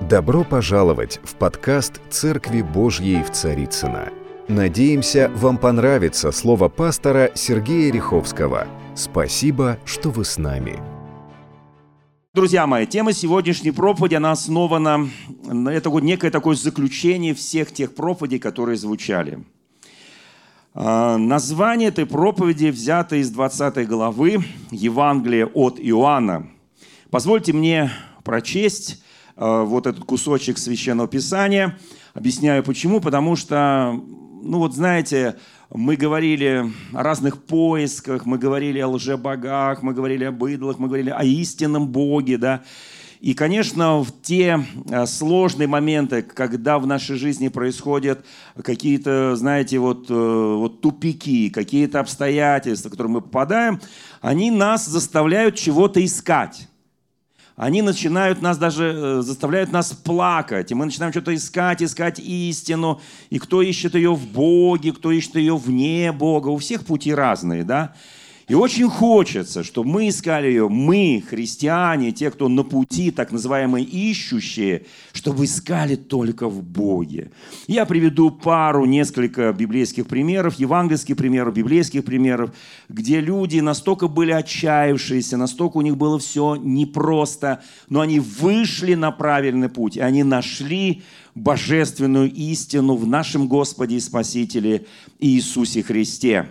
Добро пожаловать в подкаст «Церкви Божьей в Царицыно». Надеемся, вам понравится слово пастора Сергея Риховского. Спасибо, что вы с нами. Друзья мои, тема сегодняшней проповеди, она основана на некое такое заключение всех тех проповедей, которые звучали. Название этой проповеди взято из 20 главы Евангелия от Иоанна. Позвольте мне прочесть вот этот кусочек Священного Писания. Объясняю почему. Потому что, знаете, мы говорили о разных поисках, мы говорили о лжебогах, мы говорили об идолах, мы говорили о истинном Боге, да. И, конечно, в те сложные моменты, когда в нашей жизни происходят какие-то, знаете, тупики, какие-то обстоятельства, в которые мы попадаем, они нас заставляют чего-то искать. Они заставляют нас плакать, и мы начинаем что-то искать истину, и кто ищет ее в Боге, кто ищет ее вне Бога, у всех пути разные, да? И очень хочется, чтобы мы искали ее, мы, христиане, те, кто на пути, так называемые ищущие, чтобы искали только в Боге. Я приведу несколько библейских примеров, евангельских примеров, библейских примеров, где люди настолько были отчаявшиеся, настолько у них было все непросто, но они вышли на правильный путь, и они нашли божественную истину в нашем Господе и Спасителе Иисусе Христе.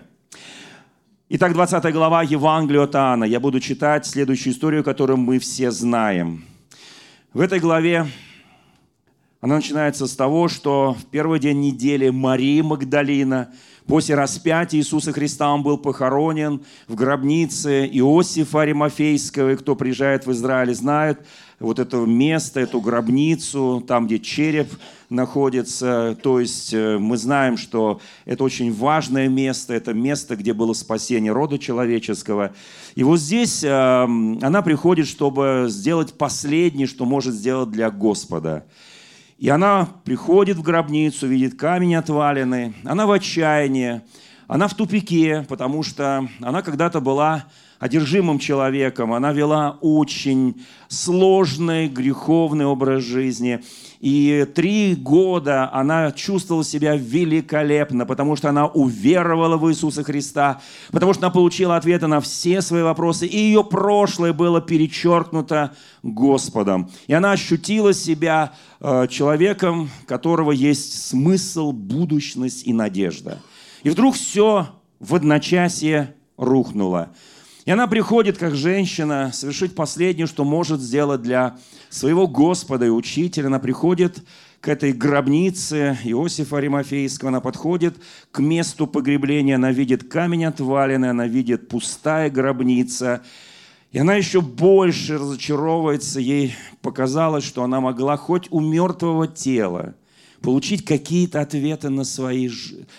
Итак, 20 глава Евангелия от Иоанна. Я буду читать следующую историю, которую мы все знаем. В этой главе она начинается с того, что в первый день недели Мария Магдалина, после распятия Иисуса Христа, он был похоронен в гробнице Иосифа Аримафейского. И кто приезжает в Израиль, знает вот это место, эту гробницу, там, где череп находится. То есть мы знаем, что это очень важное место, это место, где было спасение рода человеческого. И вот здесь она приходит, чтобы сделать последнее, что может сделать для Господа. И она приходит в гробницу, видит камень отваленный, она в отчаянии, она в тупике, потому что она когда-то была одержимым человеком, она вела очень сложный, греховный образ жизни. И 3 года она чувствовала себя великолепно, потому что она уверовала в Иисуса Христа, потому что она получила ответы на все свои вопросы, и ее прошлое было перечеркнуто Господом. И она ощутила себя человеком, у которого есть смысл, будущность и надежда. И вдруг все в одночасье рухнуло. И она приходит, как женщина, совершить последнее, что может сделать для своего Господа и Учителя. Она приходит к этой гробнице Иосифа Аримафейского, она подходит к месту погребления, она видит камень отваленный, она видит пустая гробница. И она еще больше разочаровывается. Ей показалось, что она могла хоть у мертвого тела получить какие-то ответы на свои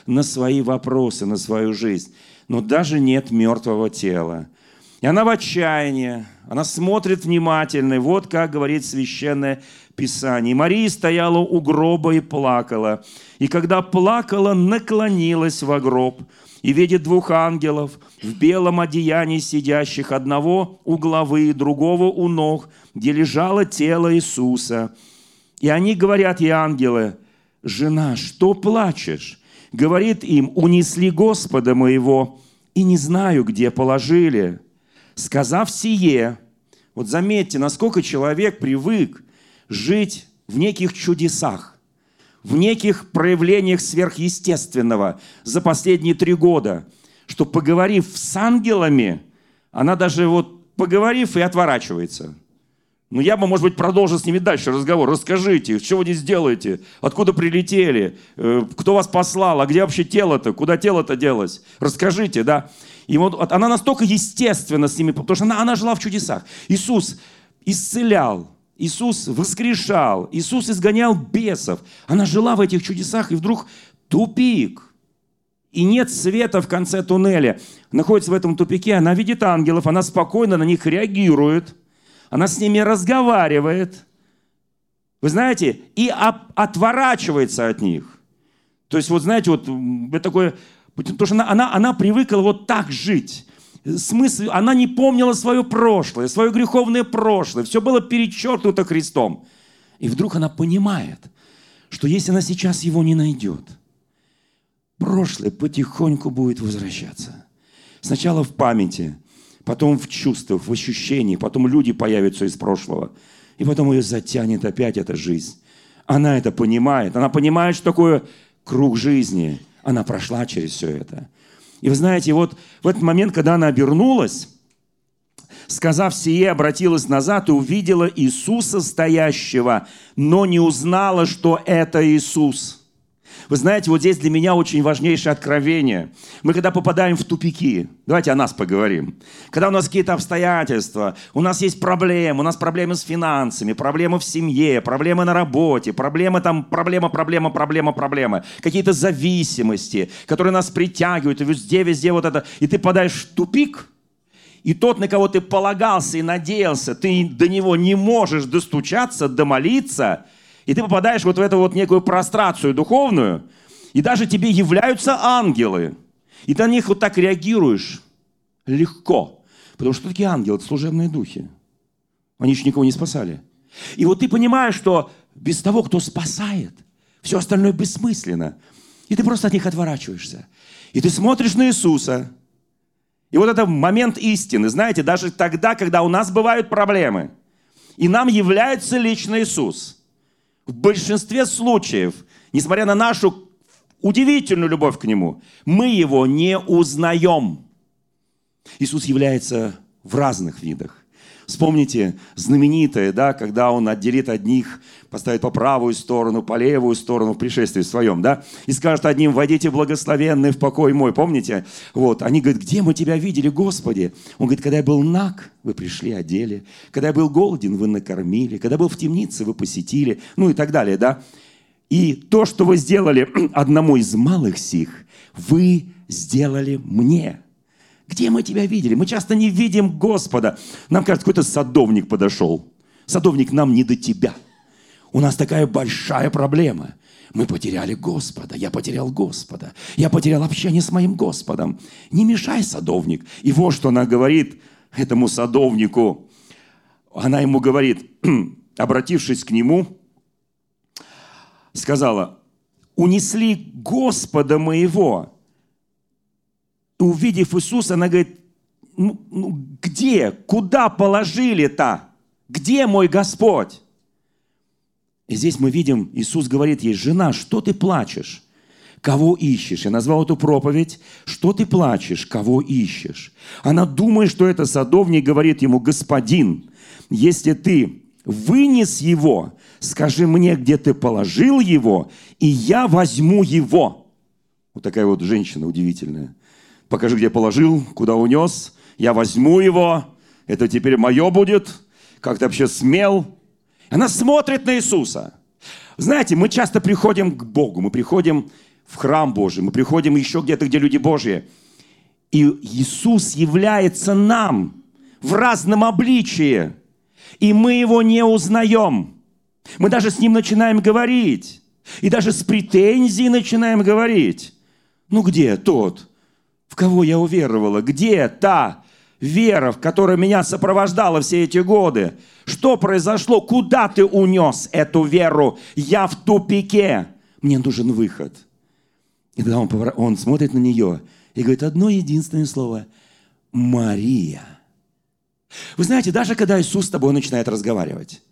вопросы, на свою жизнь. Но даже нет мертвого тела. И она в отчаянии, она смотрит внимательно. И вот как говорит Священное Писание. Мария стояла у гроба и плакала. И когда плакала, наклонилась во гроб. И видит 2 ангелов в белом одеянии сидящих, одного у главы, другого у ног, где лежало тело Иисуса. И они говорят ей, ангелы: «Жена, что плачешь?» Говорит им: «Унесли Господа моего, и не знаю, где положили». Сказав сие, вот заметьте, насколько человек привык жить в неких чудесах, в неких проявлениях сверхъестественного за последние 3 года, что, поговорив с ангелами, она даже поговорив и отворачивается. Я бы, может быть, продолжил с ними дальше разговор. Расскажите, что вы здесь делаете? Откуда прилетели? Кто вас послал? А где вообще тело-то? Куда тело-то делось? Расскажите, да? И вот она настолько естественна с ними, потому что она жила в чудесах. Иисус исцелял, Иисус воскрешал, Иисус изгонял бесов. Она жила в этих чудесах, и вдруг тупик. И нет света в конце туннеля. Находится в этом тупике, она видит ангелов, она спокойно на них реагирует. Она с ними разговаривает, вы знаете, и отворачивается от них. То есть, это такое, потому что она привыкла вот так жить. Смысл, она не помнила свое прошлое, свое греховное прошлое. Все было перечеркнуто Христом. И вдруг она понимает, что если она сейчас его не найдет, прошлое потихоньку будет возвращаться. Сначала в памяти, потом в чувствах, в ощущениях, потом люди появятся из прошлого. И потом ее затянет опять эта жизнь. Она это понимает. Она понимает, что такое круг жизни. Она прошла через все это. И вы знаете, вот в этот момент, когда она обернулась, сказав сие, обратилась назад и увидела Иисуса стоящего, но не узнала, что это Иисус. Вы знаете, вот здесь для меня очень важнейшее откровение. Мы когда попадаем в тупики, давайте о нас поговорим. Когда у нас какие-то обстоятельства, у нас есть проблемы, у нас проблемы с финансами, проблемы в семье, проблемы на работе, проблемы, какие-то зависимости, которые нас притягивают, и везде вот это. И ты попадаешь в тупик, и тот, на кого ты полагался и надеялся, ты до него не можешь достучаться, домолиться, и ты попадаешь вот в эту вот некую прострацию духовную, и даже тебе являются ангелы. И ты на них вот так реагируешь легко. Потому что такие ангелы? Это служебные духи. Они еще никого не спасали. И вот ты понимаешь, что без того, кто спасает, все остальное бессмысленно. И ты просто от них отворачиваешься. И ты смотришь на Иисуса. И вот это момент истины. Знаете, даже тогда, когда у нас бывают проблемы, и нам является лично Иисус, в большинстве случаев, несмотря на нашу удивительную любовь к Нему, мы Его не узнаем. Иисус является в разных видах. Вспомните знаменитое, да, когда Он отделит одних, поставит по правую сторону, по левую сторону в пришествии своем, да, и скажет одним: «Войдите благословенные в покой мой». Помните? Вот. Они говорят: «Где мы Тебя видели, Господи?» Он говорит: «Когда я был наг, вы пришли, одели. Когда я был голоден, вы накормили. Когда был в темнице, вы посетили». Ну и так далее, да. И то, что вы сделали одному из малых сих, вы сделали мне. Где мы Тебя видели? Мы часто не видим Господа. Нам кажется, какой-то садовник подошел. Садовник, нам не до Тебя. У нас такая большая проблема. Мы потеряли Господа. Я потерял Господа. Я потерял общение с моим Господом. Не мешай, садовник. И вот что она говорит этому садовнику. Она ему говорит, обратившись к нему, сказала: «Унесли Господа моего». Увидев Иисуса, она говорит: где? Куда положили-то? Где мой Господь? И здесь мы видим, Иисус говорит ей: «Жена, что ты плачешь? Кого ищешь?» Я назвал эту проповедь: «Что ты плачешь? Кого ищешь?» Она думает, что это садовник, говорит ему: «Господин, если ты вынес его, скажи мне, где ты положил его, и я возьму его». Вот такая вот женщина удивительная. Покажи, где положил, куда унес. Я возьму его. Это теперь мое будет. Как ты вообще смел? Она смотрит на Иисуса. Знаете, мы часто приходим к Богу. Мы приходим в храм Божий. Мы приходим еще где-то, где люди Божьи. И Иисус является нам в разном обличии. И мы Его не узнаем. Мы даже с Ним начинаем говорить. И даже с претензией начинаем говорить. Ну где тот, в кого я уверовала? Где та вера, которая меня сопровождала все эти годы? Что произошло? Куда ты унес эту веру? Я в тупике. Мне нужен выход. И тогда он смотрит на нее и говорит одно единственное слово: Мария. Вы знаете, даже когда Иисус с тобой начинает разговаривать,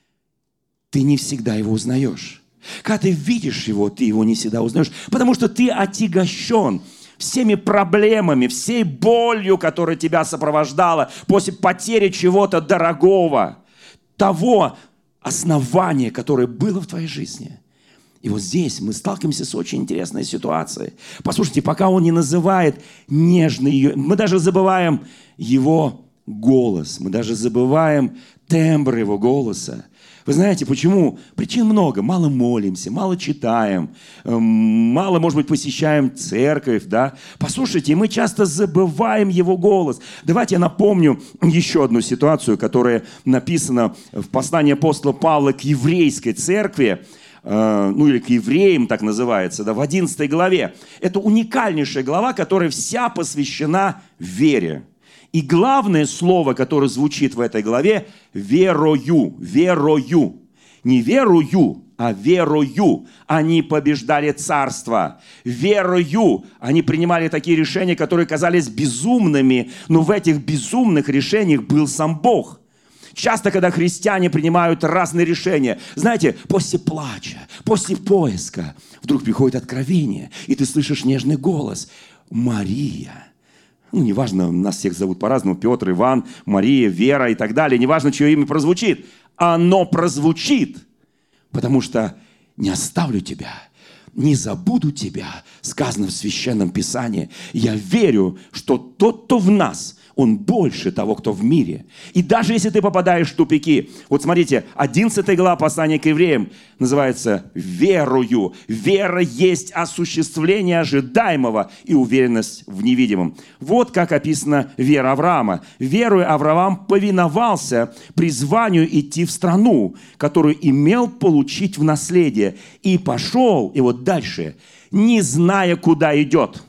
ты не всегда Его узнаешь. Когда ты видишь Его, ты Его не всегда узнаешь, потому что ты отягощен всеми проблемами, всей болью, которая тебя сопровождала после потери чего-то дорогого, того основания, которое было в твоей жизни. И вот здесь мы сталкиваемся с очень интересной ситуацией. Послушайте, пока он не называет нежно ее, мы даже забываем его голос, мы даже забываем тембр его голоса. Вы знаете, почему? Причин много. Мало молимся, мало читаем, мало, может быть, посещаем церковь, да? Послушайте, мы часто забываем Его голос. Давайте я напомню еще одну ситуацию, которая написана в послании апостола Павла к еврейской церкви, ну или к евреям, так называется, да, в 11 главе. Это уникальнейшая глава, которая вся посвящена вере. И главное слово, которое звучит в этой главе – верою, верою. не верую, а верою они побеждали царство. Верою они принимали такие решения, которые казались безумными, но в этих безумных решениях был сам Бог. Часто, когда христиане принимают разные решения, знаете, после плача, после поиска, вдруг приходит откровение, и ты слышишь нежный голос: Мария. Неважно, нас всех зовут по-разному: Петр, Иван, Мария, Вера и так далее. Неважно, чье имя прозвучит. Оно прозвучит, потому что не оставлю тебя, не забуду тебя, сказано в Священном Писании. Я верю, что тот, кто в нас, он больше того, кто в мире. И даже если ты попадаешь в тупики, вот смотрите, 11 глава послания к евреям называется «Верую». Вера есть осуществление ожидаемого и уверенность в невидимом. Вот как описана вера Авраама. Веруя, Авраам повиновался призванию идти в страну, которую имел получить в наследие, и пошел, и вот дальше, не зная, куда идет.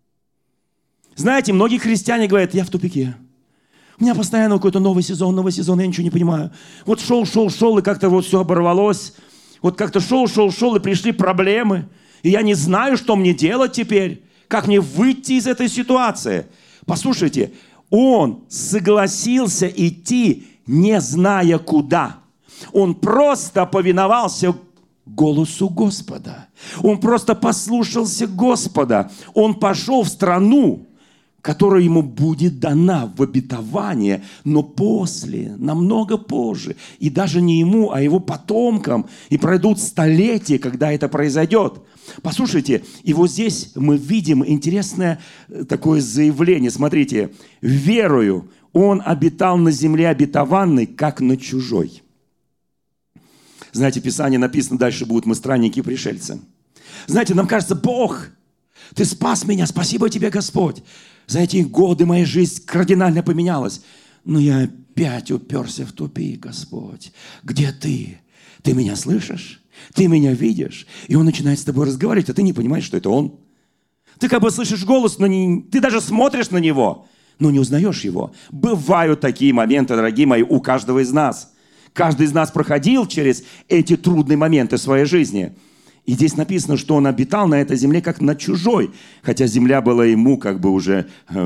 Знаете, многие христиане говорят: я в тупике. У меня постоянно какой-то новый сезон, я ничего не понимаю. Вот шел, и как-то вот все оборвалось. Вот как-то шел, и пришли проблемы. И я не знаю, что мне делать теперь. Как мне выйти из этой ситуации? Послушайте, он согласился идти, не зная куда. Он просто повиновался голосу Господа. Он просто послушался Господа. Он пошел в страну, которая ему будет дана в обетование, но после, намного позже. И даже не ему, а его потомкам. И пройдут столетия, когда это произойдет. Послушайте, и вот здесь мы видим интересное такое заявление. Смотрите, верою он обитал на земле обетованной, как на чужой. Знаете, в Писании написано, дальше будут мы странники и пришельцы. Знаете, нам кажется: Бог, Ты спас меня, спасибо Тебе, Господь. За эти годы моя жизнь кардинально поменялась. Но я опять уперся в тупик, Господь. Где Ты? Ты меня слышишь? Ты меня видишь? И Он начинает с тобой разговаривать, а ты не понимаешь, что это Он. Ты как бы слышишь голос, но ты даже смотришь на Него, но не узнаешь Его. Бывают такие моменты, дорогие мои, у каждого из нас. Каждый из нас проходил через эти трудные моменты в своей жизни. И здесь написано, что он обитал на этой земле как на чужой, хотя земля была ему как бы уже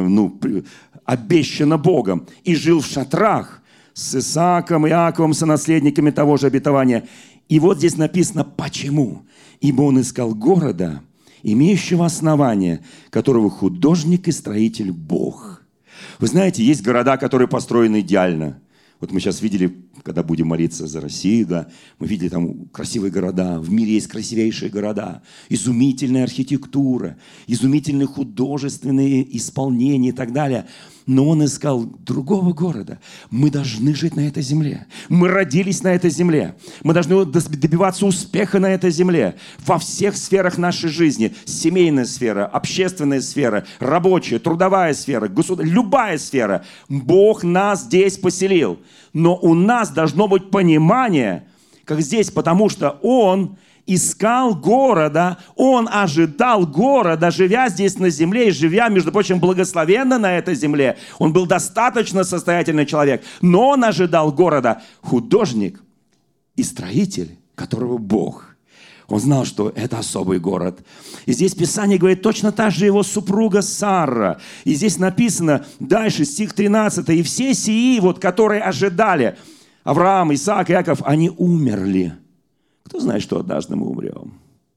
обещана Богом. И жил в шатрах с Исааком и Иаковом, сонаследниками того же обетования. И вот здесь написано почему. Ибо он искал города, имеющего основания, которого художник и строитель Бог. Вы знаете, есть города, которые построены идеально. Вот мы сейчас видели, когда будем молиться за Россию, да, мы видели там красивые города. В мире есть красивейшие города. Изумительная архитектура, изумительные художественные исполнения и так далее. Но он искал другого города. Мы должны жить на этой земле. Мы родились на этой земле. Мы должны добиваться успеха на этой земле. Во всех сферах нашей жизни. Семейная сфера, общественная сфера, рабочая, трудовая сфера, любая сфера. Бог нас здесь поселил. Но у нас должно быть понимание, как здесь, потому что Он искал города, он ожидал города, живя здесь на земле и живя, между прочим, благословенно на этой земле. Он был достаточно состоятельный человек, но он ожидал города. Художник и строитель, которого Бог. Он знал, что это особый город. И здесь Писание говорит точно так же его супруга Сара. И здесь написано дальше, стих 13. «И все сии, вот, которые ожидали, Авраам, Исаак, Иаков, они умерли». Кто знает, что однажды мы умрем?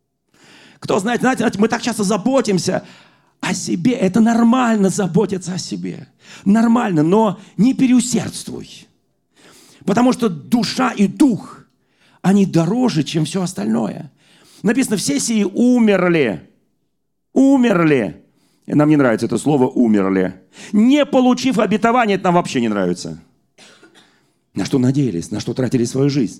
Кто знает, знаете, мы так часто заботимся о себе. Это нормально заботиться о себе. Нормально, но не переусердствуй. Потому что душа и дух, они дороже, чем все остальное. Написано, все сии умерли. Умерли. И нам не нравится это слово «умерли». Не получив обетования, это нам вообще не нравится. На что надеялись, на что тратили свою жизнь.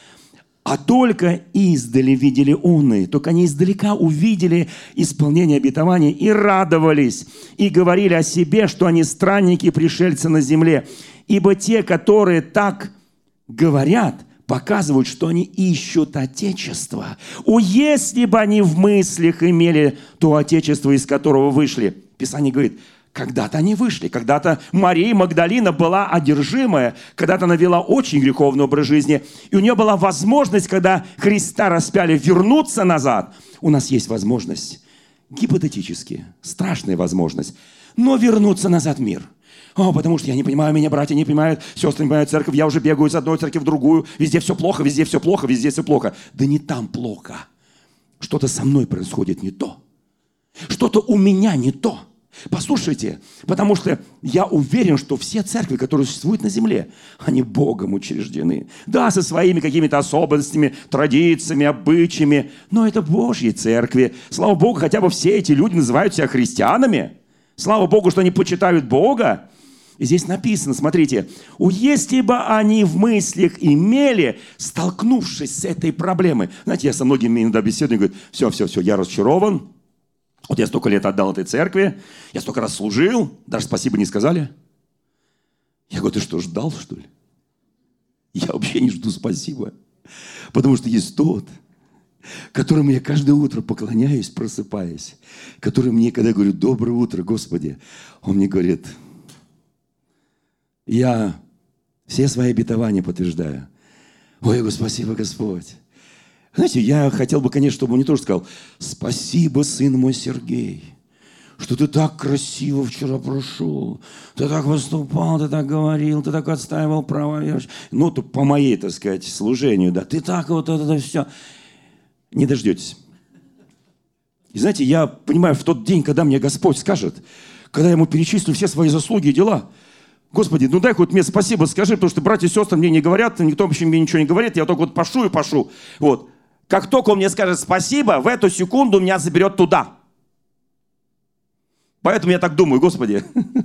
А только издали видели онные, только они издалека увидели исполнение обетования и радовались, и говорили о себе, что они странники и пришельцы на земле. Ибо те, которые так говорят, показывают, что они ищут Отечество. О, если бы они в мыслях имели то Отечество, из которого вышли. Писание говорит, Когда-то они вышли, когда-то Мария Магдалина была одержимая, когда-то она вела очень греховный образ жизни, и у нее была возможность, когда Христа распяли, вернуться назад. У нас есть возможность, гипотетически, страшная возможность, но вернуться назад в мир. Потому что я не понимаю, меня братья не понимают, сестры не понимают церковь, я уже бегаю из одной церкви в другую, везде все плохо, везде все плохо, везде все плохо. Да не там плохо. Что-то со мной происходит не то. Что-то у меня не то. Послушайте, потому что я уверен, что все церкви, которые существуют на земле, они Богом учреждены. Да, со своими какими-то особенностями, традициями, обычаями, но это Божьи церкви. Слава Богу, хотя бы все эти люди называют себя христианами. Слава Богу, что они почитают Бога. И здесь написано, смотрите, если бы они в мыслях имели, столкнувшись с этой проблемой. Знаете, я со многими иногда беседую, говорю, все, я разочарован. Вот я столько лет отдал этой церкви, я столько раз служил, даже спасибо не сказали. Я говорю, ты что, ждал, что ли? Я вообще не жду спасибо, потому что есть тот, которому я каждое утро поклоняюсь, просыпаясь, который мне, когда я говорю, доброе утро, Господи, он мне говорит, я все свои обетования подтверждаю. Ой, спасибо, Господь. Знаете, я хотел бы, конечно, чтобы он не тоже сказал, спасибо, сын мой Сергей, что ты так красиво вчера прошел, ты так выступал, ты так говорил, ты так отстаивал права верующих. Ну, то по моей, так сказать, служению, да, ты так вот это все. Не дождетесь. И знаете, я понимаю, в тот день, когда мне Господь скажет, когда я ему перечислю все свои заслуги и дела, Господи, ну дай хоть мне спасибо скажи, потому что братья и сестры мне не говорят, никто вообще мне ничего не говорит, я только вот пошу и пошу. Вот. Как только он мне скажет спасибо, в эту секунду меня заберет туда. Поэтому я так думаю, Господи,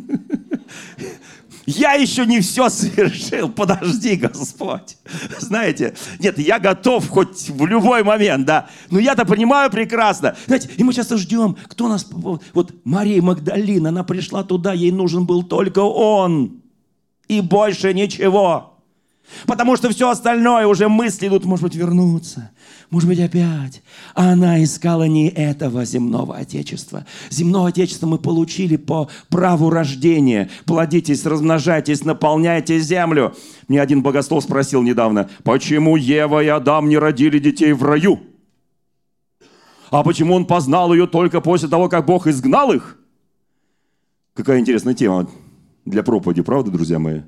я еще не все совершил, подожди, Господь. Знаете, нет, я готов хоть в любой момент, да, но я-то понимаю прекрасно. Знаете, и мы часто ждем, кто нас... Вот Мария Магдалина, она пришла туда, ей нужен был только он, и больше ничего. Потому что все остальное, уже мысли идут, может быть, вернуться, может быть, опять. А она искала не этого земного отечества. Земное отечество мы получили по праву рождения. Плодитесь, размножайтесь, наполняйте землю. Мне один богослов спросил недавно, почему Ева и Адам не родили детей в раю? А почему он познал ее только после того, как Бог изгнал их? Какая интересная тема для проповеди, правда, друзья мои?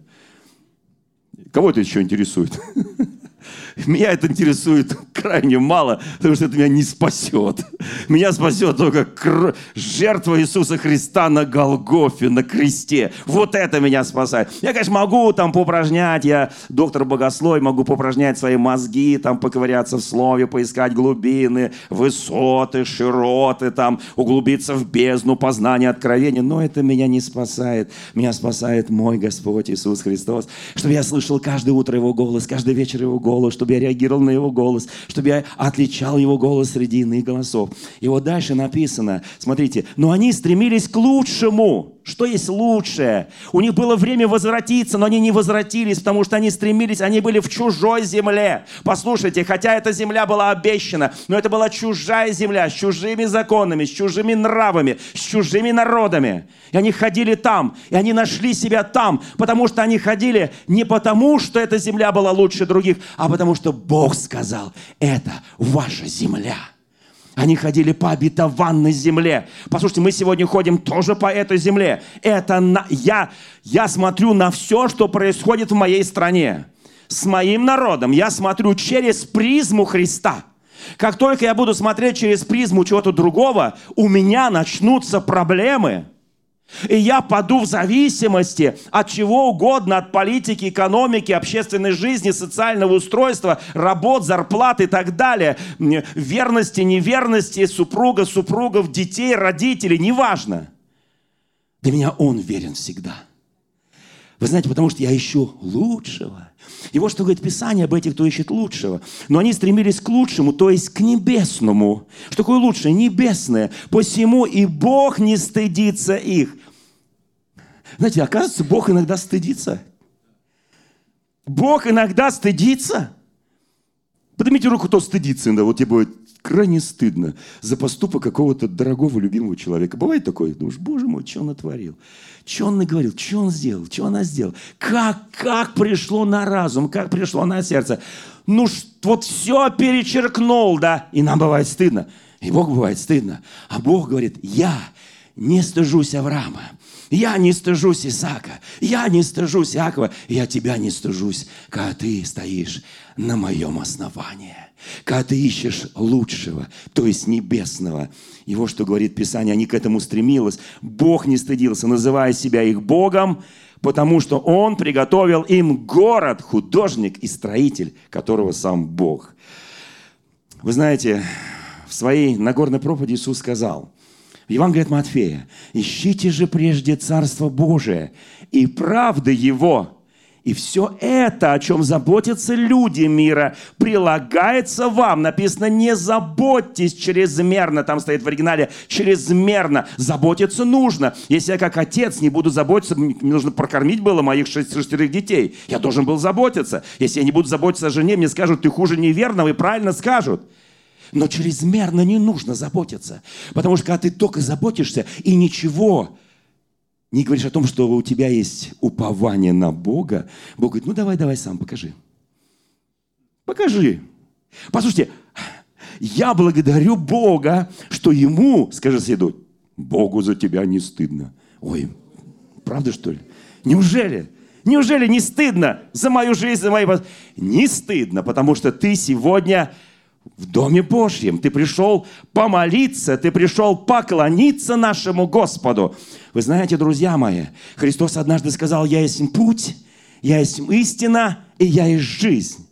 Кого это еще интересует? Меня это интересует крайне мало, потому что это меня не спасет. Меня спасет только жертва Иисуса Христа на Голгофе, на кресте. Вот это меня спасает. Я, конечно, могу там поупражнять, я доктор богословия, могу поупражнять свои мозги, там поковыряться в слове, поискать глубины, высоты, широты, там углубиться в бездну познания, откровения. Но это меня не спасает. Меня спасает мой Господь Иисус Христос. Чтобы я слышал каждое утро Его голос, каждый вечер Его голос, чтобы я реагировал на Его голос, чтобы я отличал Его голос среди иных голосов. И вот дальше написано, смотрите, но они стремились к лучшему. Что есть лучшее? У них было время возвратиться, но они не возвратились, потому что они стремились, они были в чужой земле. Послушайте, хотя эта земля была обещана, но это была чужая земля, с чужими законами, с чужими нравами, с чужими народами. И они ходили там, и они нашли себя там, потому что они ходили не потому, что эта земля была лучше других, а потому что Бог сказал, это ваша земля. Они ходили по обетованной земле. Послушайте, мы сегодня ходим тоже по этой земле. Я смотрю на все, что происходит в моей стране. С моим народом я смотрю через призму Христа. Как только я буду смотреть через призму чего-то другого, у меня начнутся проблемы. И я паду в зависимости от чего угодно, от политики, экономики, общественной жизни, социального устройства, работ, зарплат и так далее. Верности, неверности, супруга, супругов, детей, родителей, неважно. Для меня Он верен всегда. Вы знаете, потому что я ищу лучшего. И вот что говорит Писание об этих, кто ищет лучшего. Но они стремились к лучшему, то есть к небесному. Что такое лучшее? Небесное. Посему и Бог не стыдится их. Знаете, оказывается, Бог иногда стыдится. Бог иногда стыдится. Поднимите руку, кто стыдится. Да, вот тебе будет крайне стыдно за поступок какого-то дорогого, любимого человека. Бывает такое? Думаешь, боже мой, что он натворил? Что он наговорил? Что он сделал? Что она сделала? Как пришло на разум? Как пришло на сердце? Ну, вот все перечеркнул, да? И нам бывает стыдно. И Богу бывает стыдно. А Бог говорит, я не стыжусь Авраама. Я не стыжусь Исаака. Я не стыжусь Иакова. Я тебя не стыжусь, когда ты стоишь на моем основании. Когда ты ищешь лучшего, то есть небесного. И вот что говорит Писание, они к этому стремились. Бог не стыдился, называя себя их Богом, потому что Он приготовил им город, художник и строитель, которого сам Бог. Вы знаете, в своей Нагорной проповеди Иисус сказал, в Евангелии от Матфея, ищите же прежде Царство Божие и правды Его, и все это, о чем заботятся люди мира, прилагается вам. Написано, не заботьтесь чрезмерно. Там стоит в оригинале чрезмерно. Заботиться нужно. Если я как отец не буду заботиться, мне нужно прокормить было моих 6 детей. Я должен был заботиться. Если я не буду заботиться о жене, мне скажут, ты хуже неверного, и правильно скажут. Но чрезмерно не нужно заботиться. Потому что когда ты только заботишься и ничего не говоришь о том, что у тебя есть упование на Бога, Бог говорит, ну давай сам покажи. Покажи. Послушайте, я благодарю Бога, что Ему, скажи соседу, Богу за тебя не стыдно. Ой, правда что ли? Неужели? Неужели не стыдно за мою жизнь, за мои... Не стыдно, потому что ты сегодня в Доме Божьем. Ты пришел помолиться, ты пришел поклониться нашему Господу. Вы знаете, друзья мои, Христос однажды сказал, я есть путь, я есть истина и я есть жизнь.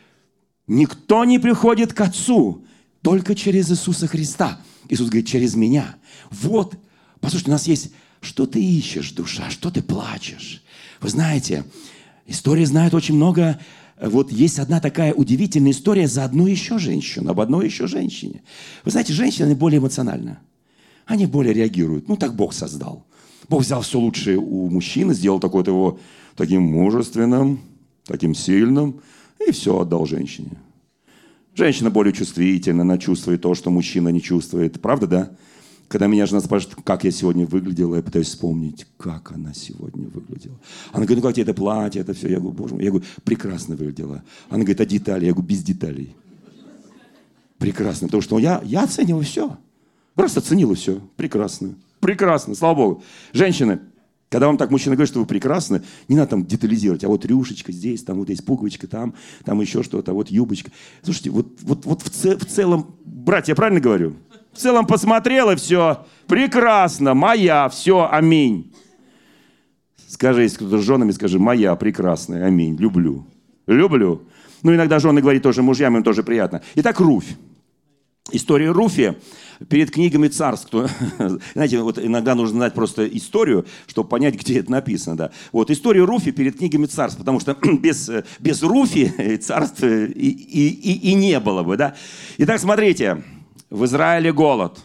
Никто не приходит к Отцу только через Иисуса Христа. Иисус говорит, через меня. Вот, послушайте, у нас есть, что ты ищешь, душа, что ты плачешь. Вы знаете, история знает очень много. Вот есть одна такая удивительная история за одну еще женщину, об одной еще женщине. Вы знаете, женщины более эмоциональны. Они более реагируют. Ну, так Бог создал. Бог взял все лучшее у мужчины, сделал такое-то его таким мужественным, таким сильным, и все отдал женщине. Женщина более чувствительна, она чувствует то, что мужчина не чувствует. Правда, да? Когда меня жена спрашивает, как я сегодня выглядела, я пытаюсь вспомнить, как она сегодня выглядела. Она говорит, ну как тебе это платье, это все. Я говорю, боже мой, я говорю, прекрасно выглядела. Она говорит, а детали? Я говорю, без деталей. Прекрасно, потому что я оцениваю все. Просто оценила все. Прекрасно. Прекрасно, слава Богу. Женщины, когда вам так мужчина говорит, что вы прекрасны, не надо там детализировать. А вот рюшечка здесь, там вот есть пуговичка, там еще что-то, вот юбочка. Слушайте, вот в целом, братья, я правильно говорю? В целом посмотрел, и все. Прекрасно, моя, все, аминь. Скажи, если кто-то с женами, скажи, моя, прекрасная, аминь, люблю. Люблю. Ну, иногда жены говорят тоже мужьям, им тоже приятно. Итак, Руфь. История Руфи перед книгами царств. Знаете, вот иногда нужно знать просто историю, чтобы понять, где это написано. Да. Вот история Руфи перед книгами царств, потому что без Руфи царств и не было бы. Да. Итак, смотрите. В Израиле голод.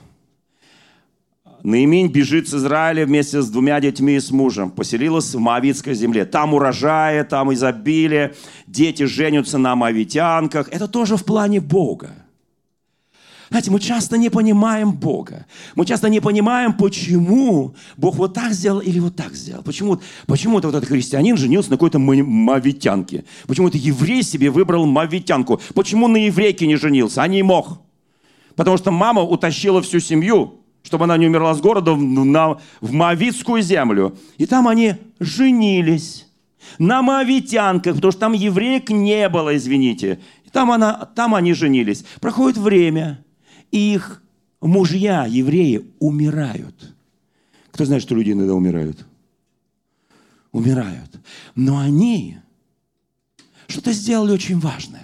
Наиминь бежит с Израиля вместе с 2 детьми и с мужем. Поселилась в Моавитской земле. Там урожаи, там изобилие. Дети женятся на моавитянках. Это тоже в плане Бога. Знаете, мы часто не понимаем Бога. Мы часто не понимаем, почему Бог вот так сделал или вот так сделал. Почему вот этот христианин женился на какой-то моавитянке. Почему это еврей себе выбрал моавитянку. Почему на еврейке не женился, а не мог. Потому что мама утащила всю семью, чтобы она не умерла с города, в Моавитскую землю. И там они женились на моавитянках, потому что там евреек не было, извините. И там они женились. Проходит время, и их мужья, евреи, умирают. Кто знает, что люди иногда умирают? Умирают. Но они что-то сделали очень важное.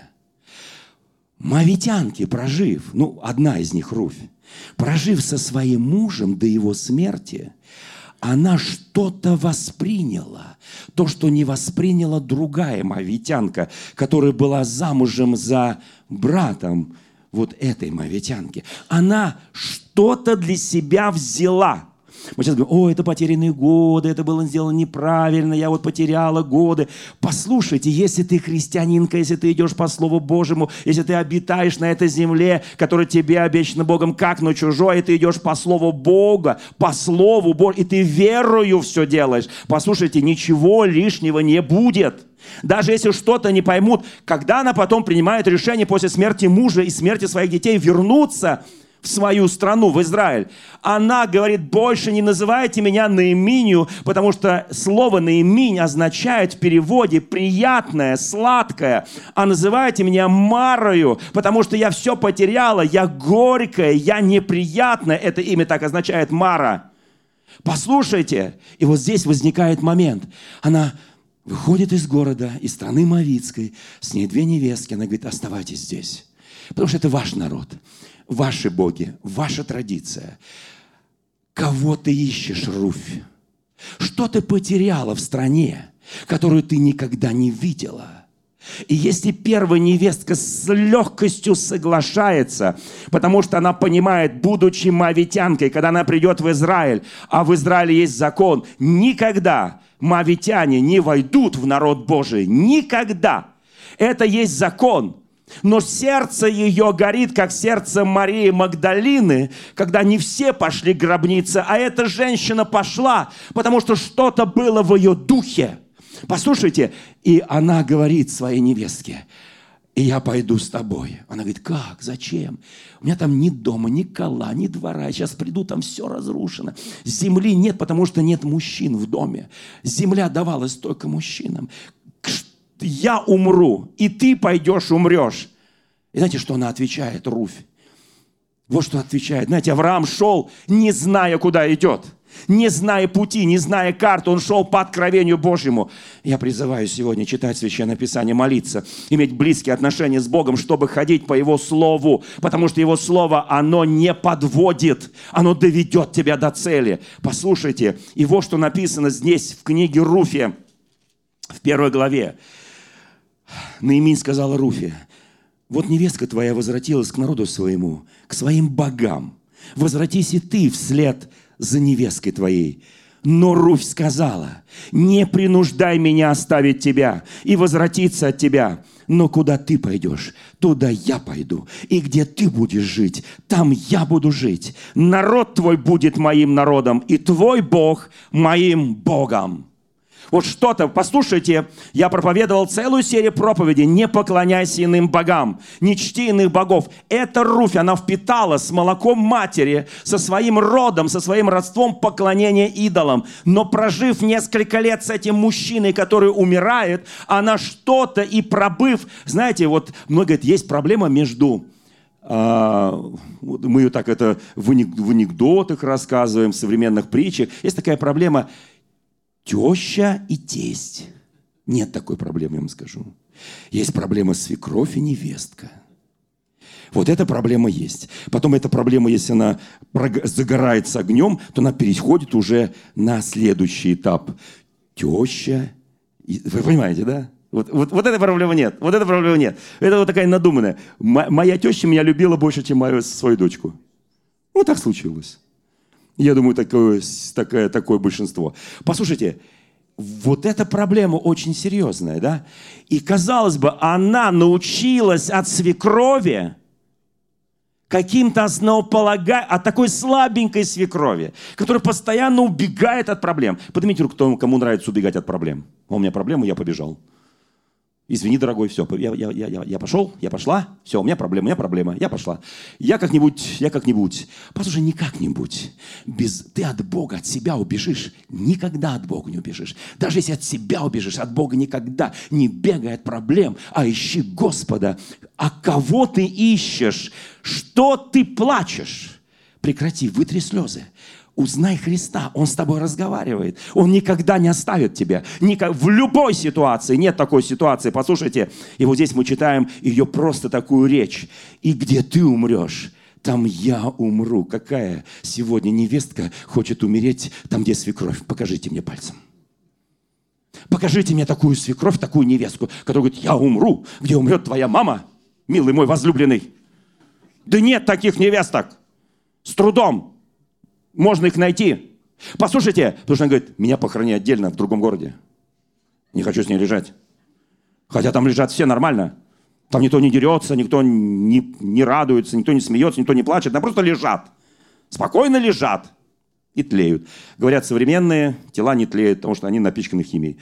Моавитянки, прожив, одна из них, Руфь, прожив со своим мужем до его смерти, она что-то восприняла. То, что не восприняла другая моавитянка, которая была замужем за братом вот этой моавитянки. Она что-то для себя взяла. Мы сейчас говорим, это потерянные годы, это было сделано неправильно, я вот потеряла годы. Послушайте, если ты христианинка, если ты идешь по Слову Божьему, если ты обитаешь на этой земле, которая тебе обещана Богом, как на чужой, и ты идешь по Слову Бога, по Слову Божьему, и ты верою все делаешь. Послушайте, ничего лишнего не будет. Даже если что-то не поймут, когда она потом принимает решение после смерти мужа и смерти своих детей вернуться в свою страну, в Израиль, она говорит, больше не называйте меня Наиминью, потому что слово Наиминь означает в переводе приятное, сладкое, а называйте меня Марою, потому что я все потеряла, я горькая, я неприятная, это имя так означает Мара. Послушайте, и вот здесь возникает момент, она выходит из города, из страны Моавитской, с ней 2 невестки. Она говорит, оставайтесь здесь, потому что это ваш народ, ваши боги, ваша традиция. Кого ты ищешь, Руфь? Что ты потеряла в стране, которую ты никогда не видела? И если первая невестка с легкостью соглашается, потому что она понимает, будучи моавитянкой, когда она придет в Израиль, а в Израиле есть закон, никогда моавитяне не войдут в народ Божий. Никогда. Это есть закон. Но сердце ее горит, как сердце Марии Магдалины, когда не все пошли к гробнице, а эта женщина пошла, потому что что-то было в ее духе. Послушайте, и она говорит своей невестке, и я пойду с тобой. Она говорит, как, зачем? У меня там ни дома, ни кола, ни двора. Я сейчас приду, там все разрушено. Земли нет, потому что нет мужчин в доме. Земля давалась только мужчинам. Я умру, и ты пойдешь, умрешь. И знаете, что она отвечает, Руфь? Вот что отвечает. Знаете, Авраам шел, не зная, куда идет. Не зная пути, не зная карты, он шел по откровению Божьему. Я призываю сегодня читать Священное Писание, молиться, иметь близкие отношения с Богом, чтобы ходить по Его Слову, потому что Его Слово, оно не подводит, оно доведет тебя до цели. Послушайте, и вот что написано здесь в книге Руфе, в 1 главе. Наиминь сказала Руфе, вот невестка твоя возвратилась к народу своему, к своим богам. Возвратись и ты вслед за невесткой твоей. Но Руфь сказала, не принуждай меня оставить тебя и возвратиться от тебя. Но куда ты пойдешь, туда я пойду. И где ты будешь жить, там я буду жить. Народ твой будет моим народом, и твой Бог моим Богом. Вот что-то, послушайте, я проповедовал целую серию проповедей. Не поклоняйся иным богам, не чти иных богов. Эта Руфь, она впитала с молоком матери, со своим родом, со своим родством поклонение идолам. Но прожив несколько лет с этим мужчиной, который умирает, она что-то и пробыв, знаете, вот много говорят, есть проблема между... мы так это в анекдотах рассказываем, в современных притчах. Есть такая проблема теща и тесть. Нет такой проблемы, я вам скажу. Есть проблема свекровь и невестка. Вот эта проблема есть. Потом эта проблема, если она загорается огнем, то она переходит уже на следующий этап. Теща. Вы понимаете, да? Вот этой проблемы нет. Вот этой проблемы нет. Это вот такая надуманная. Моя теща меня любила больше, чем мою свою дочку. Вот так случилось. Я думаю, такое большинство. Послушайте, вот эта проблема очень серьезная, да? И, казалось бы, она научилась от свекрови каким-то основополаганием, от такой слабенькой свекрови, которая постоянно убегает от проблем. Поднимите руку, кому нравится убегать от проблем. У меня проблема, я побежал. Извини, дорогой, все, я пошел, я пошла, все, у меня проблема, я пошла. Я как-нибудь. Послушай, не как-нибудь. Ты от Бога, от себя убежишь, никогда от Бога не убежишь. Даже если от себя убежишь, от Бога никогда. Не бегай от проблем, а ищи Господа. А кого ты ищешь? Что ты плачешь? Прекрати, вытри слезы. Узнай Христа, Он с тобой разговаривает. Он никогда не оставит тебя. В любой ситуации, нет такой ситуации. Послушайте, и вот здесь мы читаем ее просто такую речь. И где ты умрешь, там я умру. Какая сегодня невестка хочет умереть там, где свекровь? Покажите мне пальцем. Покажите мне такую свекровь, такую невестку, которая говорит, я умру. Где умрет твоя мама, милый мой возлюбленный? Да нет таких невесток. С трудом. Можно их найти. Послушайте, потому что она говорит, меня похорони отдельно в другом городе. Не хочу с ней лежать. Хотя там лежат все нормально. Там никто не дерется, никто не радуется, никто не смеется, никто не плачет. Там просто лежат. Спокойно лежат и тлеют. Говорят, современные тела не тлеют, потому что они напичканы химией.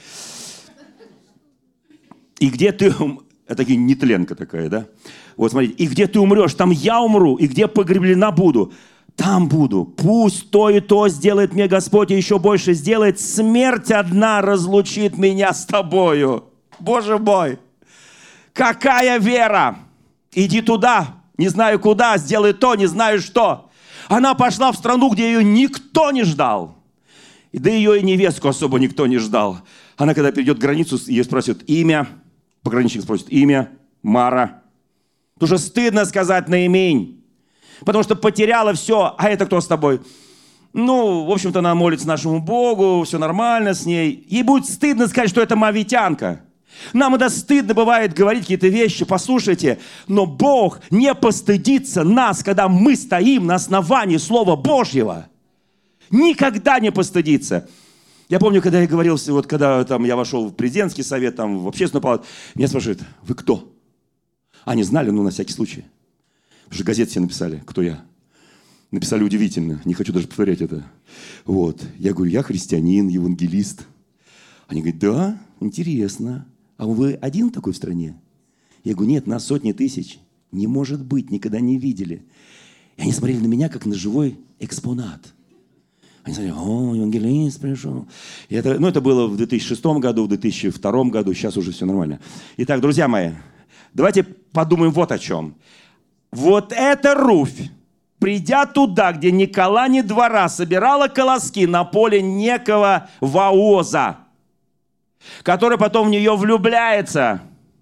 И где ты... Это нетленка такая, да? Вот смотрите. И где ты умрешь, там я умру. И где погреблена буду, там буду. Пусть то и то сделает мне Господь, и еще больше сделает. Смерть одна разлучит меня с тобою. Боже мой! Какая вера! Иди туда, не знаю куда, сделай то, не знаю что. Она пошла в страну, где ее никто не ждал. Да ее и невестку особо никто не ждал. Она, когда перейдет границу, ее спросят имя. Пограничник спросит имя. Мара. Уже стыдно сказать наимень. Потому что потеряла все. А это кто с тобой? Ну, в общем-то, она молится нашему Богу. Все нормально с ней. Ей будет стыдно сказать, что это моавитянка. Нам это стыдно бывает говорить какие-то вещи. Послушайте. Но Бог не постыдится нас, когда мы стоим на основании Слова Божьего. Никогда не постыдится. Я помню, когда я говорил, вот когда там, я вошел в президентский совет, там, в общественную палату, меня спрашивают, вы кто? Они знали, но на всякий случай. Потому что газеты все написали, кто я. Написали удивительно, не хочу даже повторять это. Вот. Я говорю, я христианин, евангелист. Они говорят, да, интересно. А вы один такой в стране? Я говорю, нет, нас сотни тысяч. Не может быть, никогда не видели. И они смотрели на меня, как на живой экспонат. Они сказали, о, евангелист пришел. И это было в 2006 году, в 2002 году, сейчас уже все нормально. Итак, друзья мои, давайте подумаем вот о чем. Вот эта Руфь, придя туда, где ни кола, ни двора, собирала колоски на поле некого Вооза, который потом в нее влюбляется.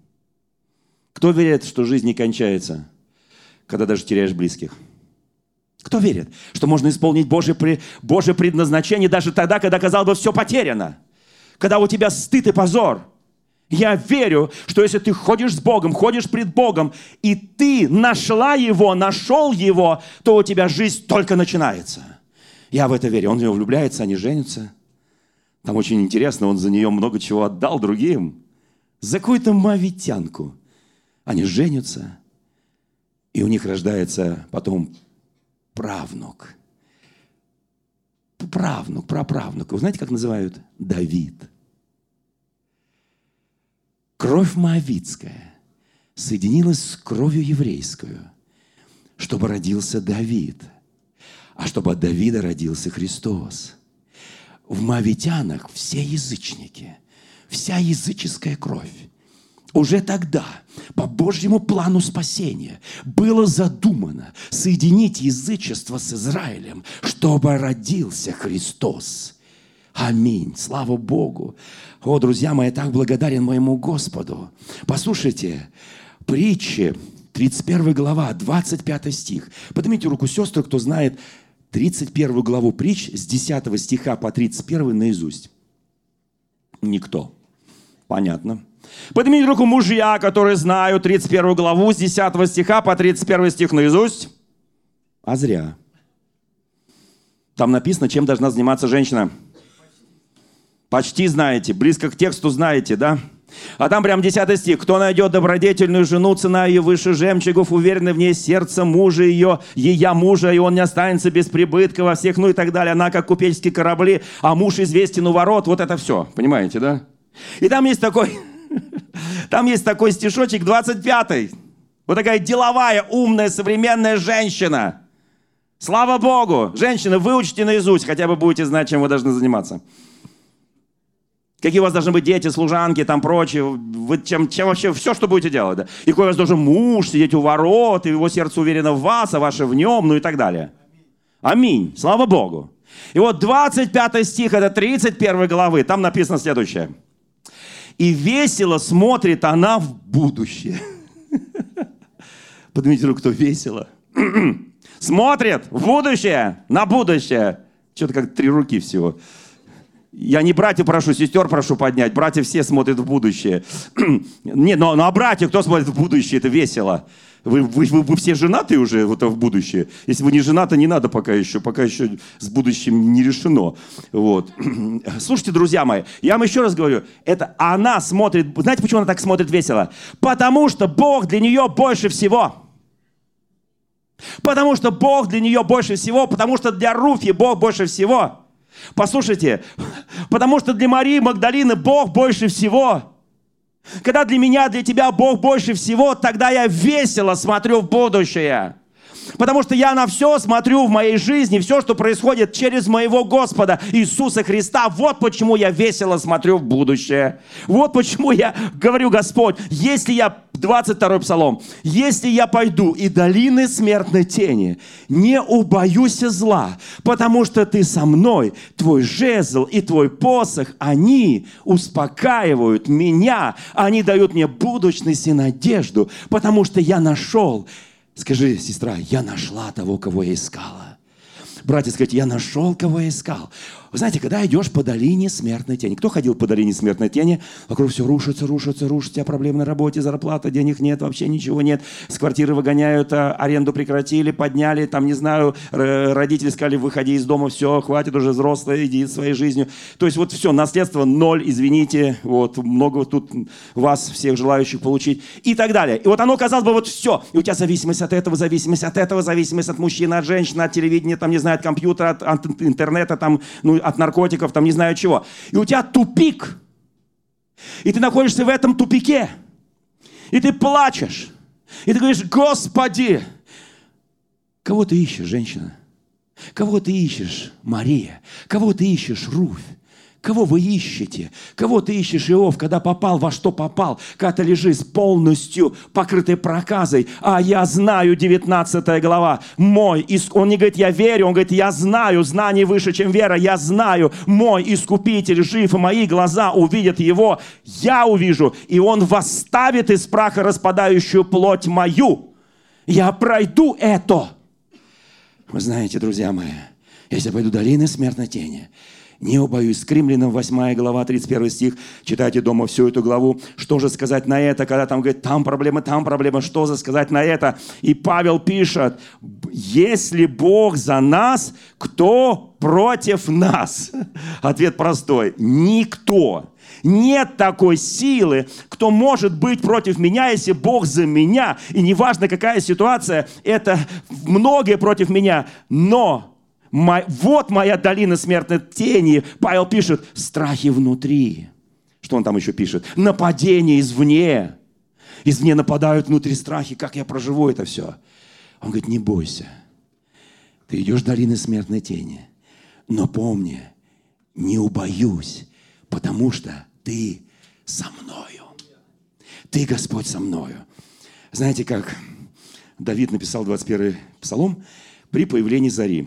Кто верит, что жизнь не кончается, когда даже теряешь близких? Кто верит, что можно исполнить Божье предназначение даже тогда, когда, казалось бы, все потеряно? Когда у тебя стыд и позор. Я верю, что если ты ходишь с Богом, ходишь пред Богом, и ты нашла Его, нашел Его, то у тебя жизнь только начинается. Я в это верю. Он в нее влюбляется, они женятся. Там очень интересно, он за нее много чего отдал другим. За какую-то моавитянку. Они женятся, и у них рождается потом правнук. Праправнук. Вы знаете, как называют? Давид. Кровь моавитская соединилась с кровью еврейскую, чтобы родился Давид, а чтобы от Давида родился Христос. В моавитянах все язычники, вся языческая кровь. Уже тогда, по Божьему плану спасения, было задумано соединить язычество с Израилем, чтобы родился Христос. Аминь. Слава Богу. О, друзья мои, я так благодарен моему Господу. Послушайте, Притчи, 31 глава, 25 стих. Поднимите руку, сестры, кто знает 31 главу Притч с 10 стиха по 31 наизусть. Никто. Понятно. Поднимите руку мужья, которые знают 31 главу с 10 стиха по 31 стих наизусть. А зря. Там написано, чем должна заниматься женщина. Почти знаете, близко к тексту знаете, да? А там прям 10 стих. «Кто найдет добродетельную жену, цена ее выше жемчугов, уверенно в ней сердце мужа ее мужа, и он не останется без прибытка во всех», ну и так далее. Она как купеческие корабли, а муж известен у ворот. Вот это все, понимаете, да? И там есть такой стишочек 25-й. Вот такая деловая, умная, современная женщина. Слава Богу! Женщины, выучите наизусть, хотя бы будете знать, чем вы должны заниматься. Какие у вас должны быть дети, служанки, там прочее. Вы чем вообще, все, что будете делать. Да? И какой у вас должен муж сидеть у ворот, и его сердце уверено в вас, а ваше в нем, ну и так далее. Аминь. Слава Богу. И вот 25 стих, это 31 главы, там написано следующее. «И весело смотрит она в будущее». Поднимите руку, кто весело. Смотрит в будущее, на будущее. Что-то как 3 руки всего. Я не братьев прошу, сестер прошу поднять. Братья все смотрят в будущее. Нет, ну а братья, кто смотрит в будущее? Это весело. Вы все женаты уже вот, в будущее? Если вы не женаты, не надо пока еще с будущим не решено. Вот. Слушайте, друзья мои, я вам еще раз говорю, это она смотрит, знаете, почему она так смотрит весело? Потому что Бог для нее больше всего. Потому что Бог для нее больше всего, потому что для Руфи Бог больше всего. Послушайте, потому что для Марии Магдалины Бог больше всего. Когда для меня, для тебя Бог больше всего, тогда я весело смотрю в будущее. Потому что я на все смотрю в моей жизни, все, что происходит через моего Господа Иисуса Христа. Вот почему я весело смотрю в будущее. Вот почему я говорю: Господь, если я, 22-й Псалом, если я пойду и долины смертной тени, не убоюсь зла, потому что Ты со мной, Твой жезл и Твой посох, они успокаивают меня, они дают мне будущность и надежду, потому что я нашел. Скажи, сестра, я нашла того, кого я искала. Братья, скажите, я нашел, кого я искал. Вы знаете, когда идешь по долине смертной тени. Кто ходил по долине смертной тени? Вокруг все рушится. У тебя проблемы на работе, зарплата, денег нет, вообще ничего нет. С квартиры выгоняют, аренду прекратили, подняли, там, не знаю, родители сказали: выходи из дома, все, хватит уже, взрослый, иди своей жизнью. То есть вот все, наследство 0, извините, вот, много тут вас, всех желающих получить и так далее. И вот оно, казалось бы, вот все. И у тебя зависимость от этого, зависимость от мужчины, от женщины, от телевидения, там, не знаю, от компьютера, от интернета, там, ну, от наркотиков, там не знаю чего. И у тебя тупик. И ты находишься в этом тупике. И ты плачешь. И ты говоришь: Господи, кого ты ищешь, женщина? Кого ты ищешь, Мария? Кого ты ищешь, Руфь? Кого вы ищете? Кого ты ищешь, Иов, когда попал, во что попал? Когда ты лежишь полностью покрытой проказой. А я знаю, 19 глава, мой, он не говорит: я верю, он говорит: я знаю, знание выше, чем вера, я знаю, мой Искупитель жив, и мои глаза увидят его, я увижу, и он восставит из праха распадающую плоть мою. Я пройду это. Вы знаете, друзья мои, если я пойду долины смертной тени, не убоюсь. Римлянам 8 глава, 31 стих. Читайте дома всю эту главу. Что же сказать на это, когда там говорит: там проблема, что же сказать на это? И Павел пишет: если Бог за нас, кто против нас? Ответ простой: никто. Нет такой силы, кто может быть против меня, если Бог за меня. И неважно, какая ситуация, это многие против меня, но вот моя долина смертной тени. Павел пишет: страхи внутри. Что он там еще пишет? Нападение извне. Извне нападают, внутри страхи. Как я проживу это все? Он говорит: не бойся. Ты идешь долины смертной тени. Но помни, не убоюсь, потому что ты со мною. Ты, Господь, со мною. Знаете, как Давид написал 21-й Псалом? При появлении зари.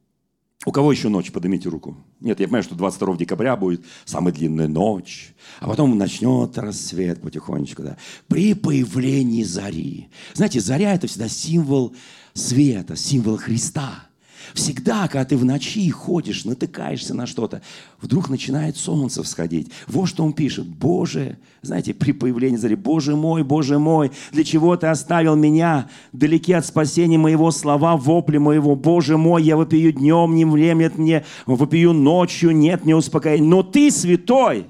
У кого еще ночь? Поднимите руку. Нет, я понимаю, что 22 декабря будет самая длинная ночь, а потом начнет рассвет потихонечку. Да. При появлении зари. Знаете, заря – это всегда символ света, символ Христа. Всегда, когда ты в ночи ходишь, натыкаешься на что-то, вдруг начинает солнце всходить. Вот что он пишет: Боже, знаете, при появлении зари: Боже мой, для чего ты оставил меня далеки от спасения моего, слова вопли моего? Боже мой, я вопию днем, не времет мне, вопию ночью, нет мне успокоения. Но ты святой,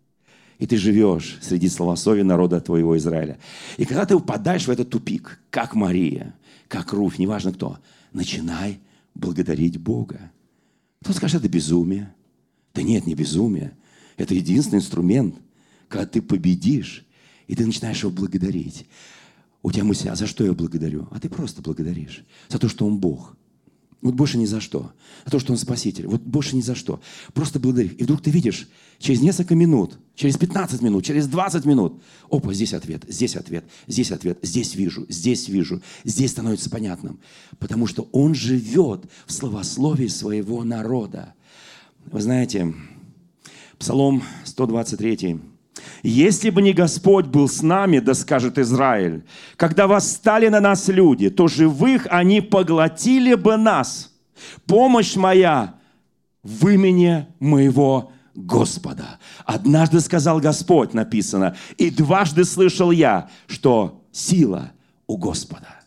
и ты живешь среди словословий народа твоего Израиля. И когда ты упадаешь в этот тупик, как Мария, как Руфь, неважно кто, начинай благодарить Бога. Кто скажет: это безумие? Да нет, не безумие. Это единственный инструмент, когда ты победишь, и ты начинаешь его благодарить. У тебя мысль: а за что я благодарю? А ты просто благодаришь. За то, что Он Бог. Вот больше ни за что. За то, что Он Спаситель. Вот больше ни за что. Просто благодари. И вдруг ты видишь, через несколько минут, через 15 минут, через 20 минут, опа, здесь ответ, здесь ответ, здесь ответ, здесь вижу, здесь становится понятным. Потому что Он живет в словословии своего народа. Вы знаете, Псалом 123. «Если бы не Господь был с нами, да скажет Израиль, когда восстали на нас люди, то живых они поглотили бы нас. Помощь моя в имени моего Господа». Однажды сказал Господь, написано, и дважды слышал я, что сила у Господа.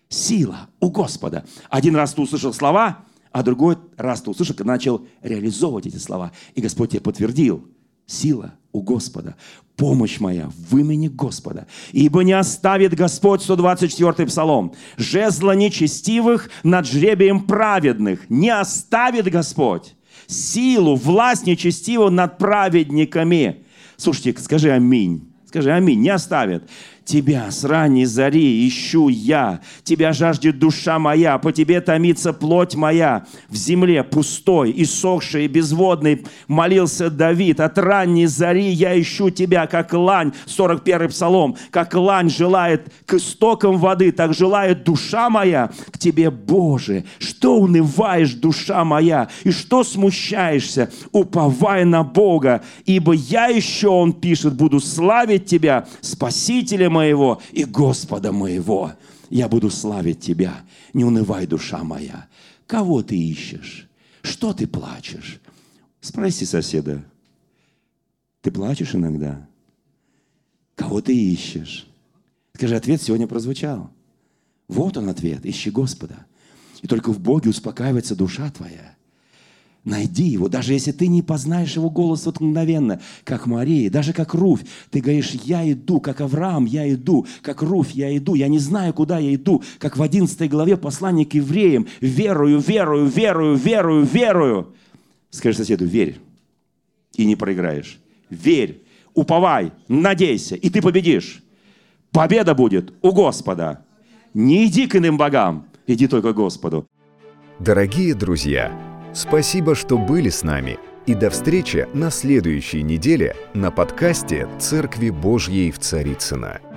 Сила у Господа. Один раз ты услышал слова, а другой раз ты услышал, когда начал реализовывать эти слова. И Господь тебе подтвердил. Сила у Господа. Помощь моя в имени Господа. Ибо не оставит Господь, 124-й Псалом, жезла нечестивых над жребием праведных. Не оставит Господь силу, власть нечестивую над праведниками. Слушайте, скажи аминь. Скажи аминь. Не оставит. Тебя с ранней зари ищу я, тебя жаждет душа моя, по тебе томится плоть моя. В земле пустой, иссохшей и безводной молился Давид. От ранней зари я ищу тебя, как лань, 41-й Псалом, как лань желает к истокам воды, так желает душа моя к тебе, Боже. Что унываешь, душа моя, и что смущаешься? Уповай на Бога, ибо я еще, он пишет, буду славить тебя, Спасителя моего и Господа моего. Я буду славить тебя. Не унывай, душа моя. Кого ты ищешь? Что ты плачешь? Спроси соседа. Ты плачешь иногда? Кого ты ищешь? Скажи, ответ сегодня прозвучал. Вот он ответ. Ищи Господа. И только в Боге успокаивается душа твоя. Найди его, даже если ты не познаешь его голос вот мгновенно, как Мария, даже как Руфь. Ты говоришь, я иду, как Авраам, я иду, как Руфь, я иду, я не знаю, куда я иду, как в 11 главе послания к евреям, верую, верую, верую, верую, верую. Скажи соседу, верь, и не проиграешь. Верь, уповай, надейся, и ты победишь. Победа будет у Господа. Не иди к иным богам, иди только к Господу. Дорогие друзья, спасибо, что были с нами. И до встречи на следующей неделе на подкасте «Церкви Божьей в Царицыно».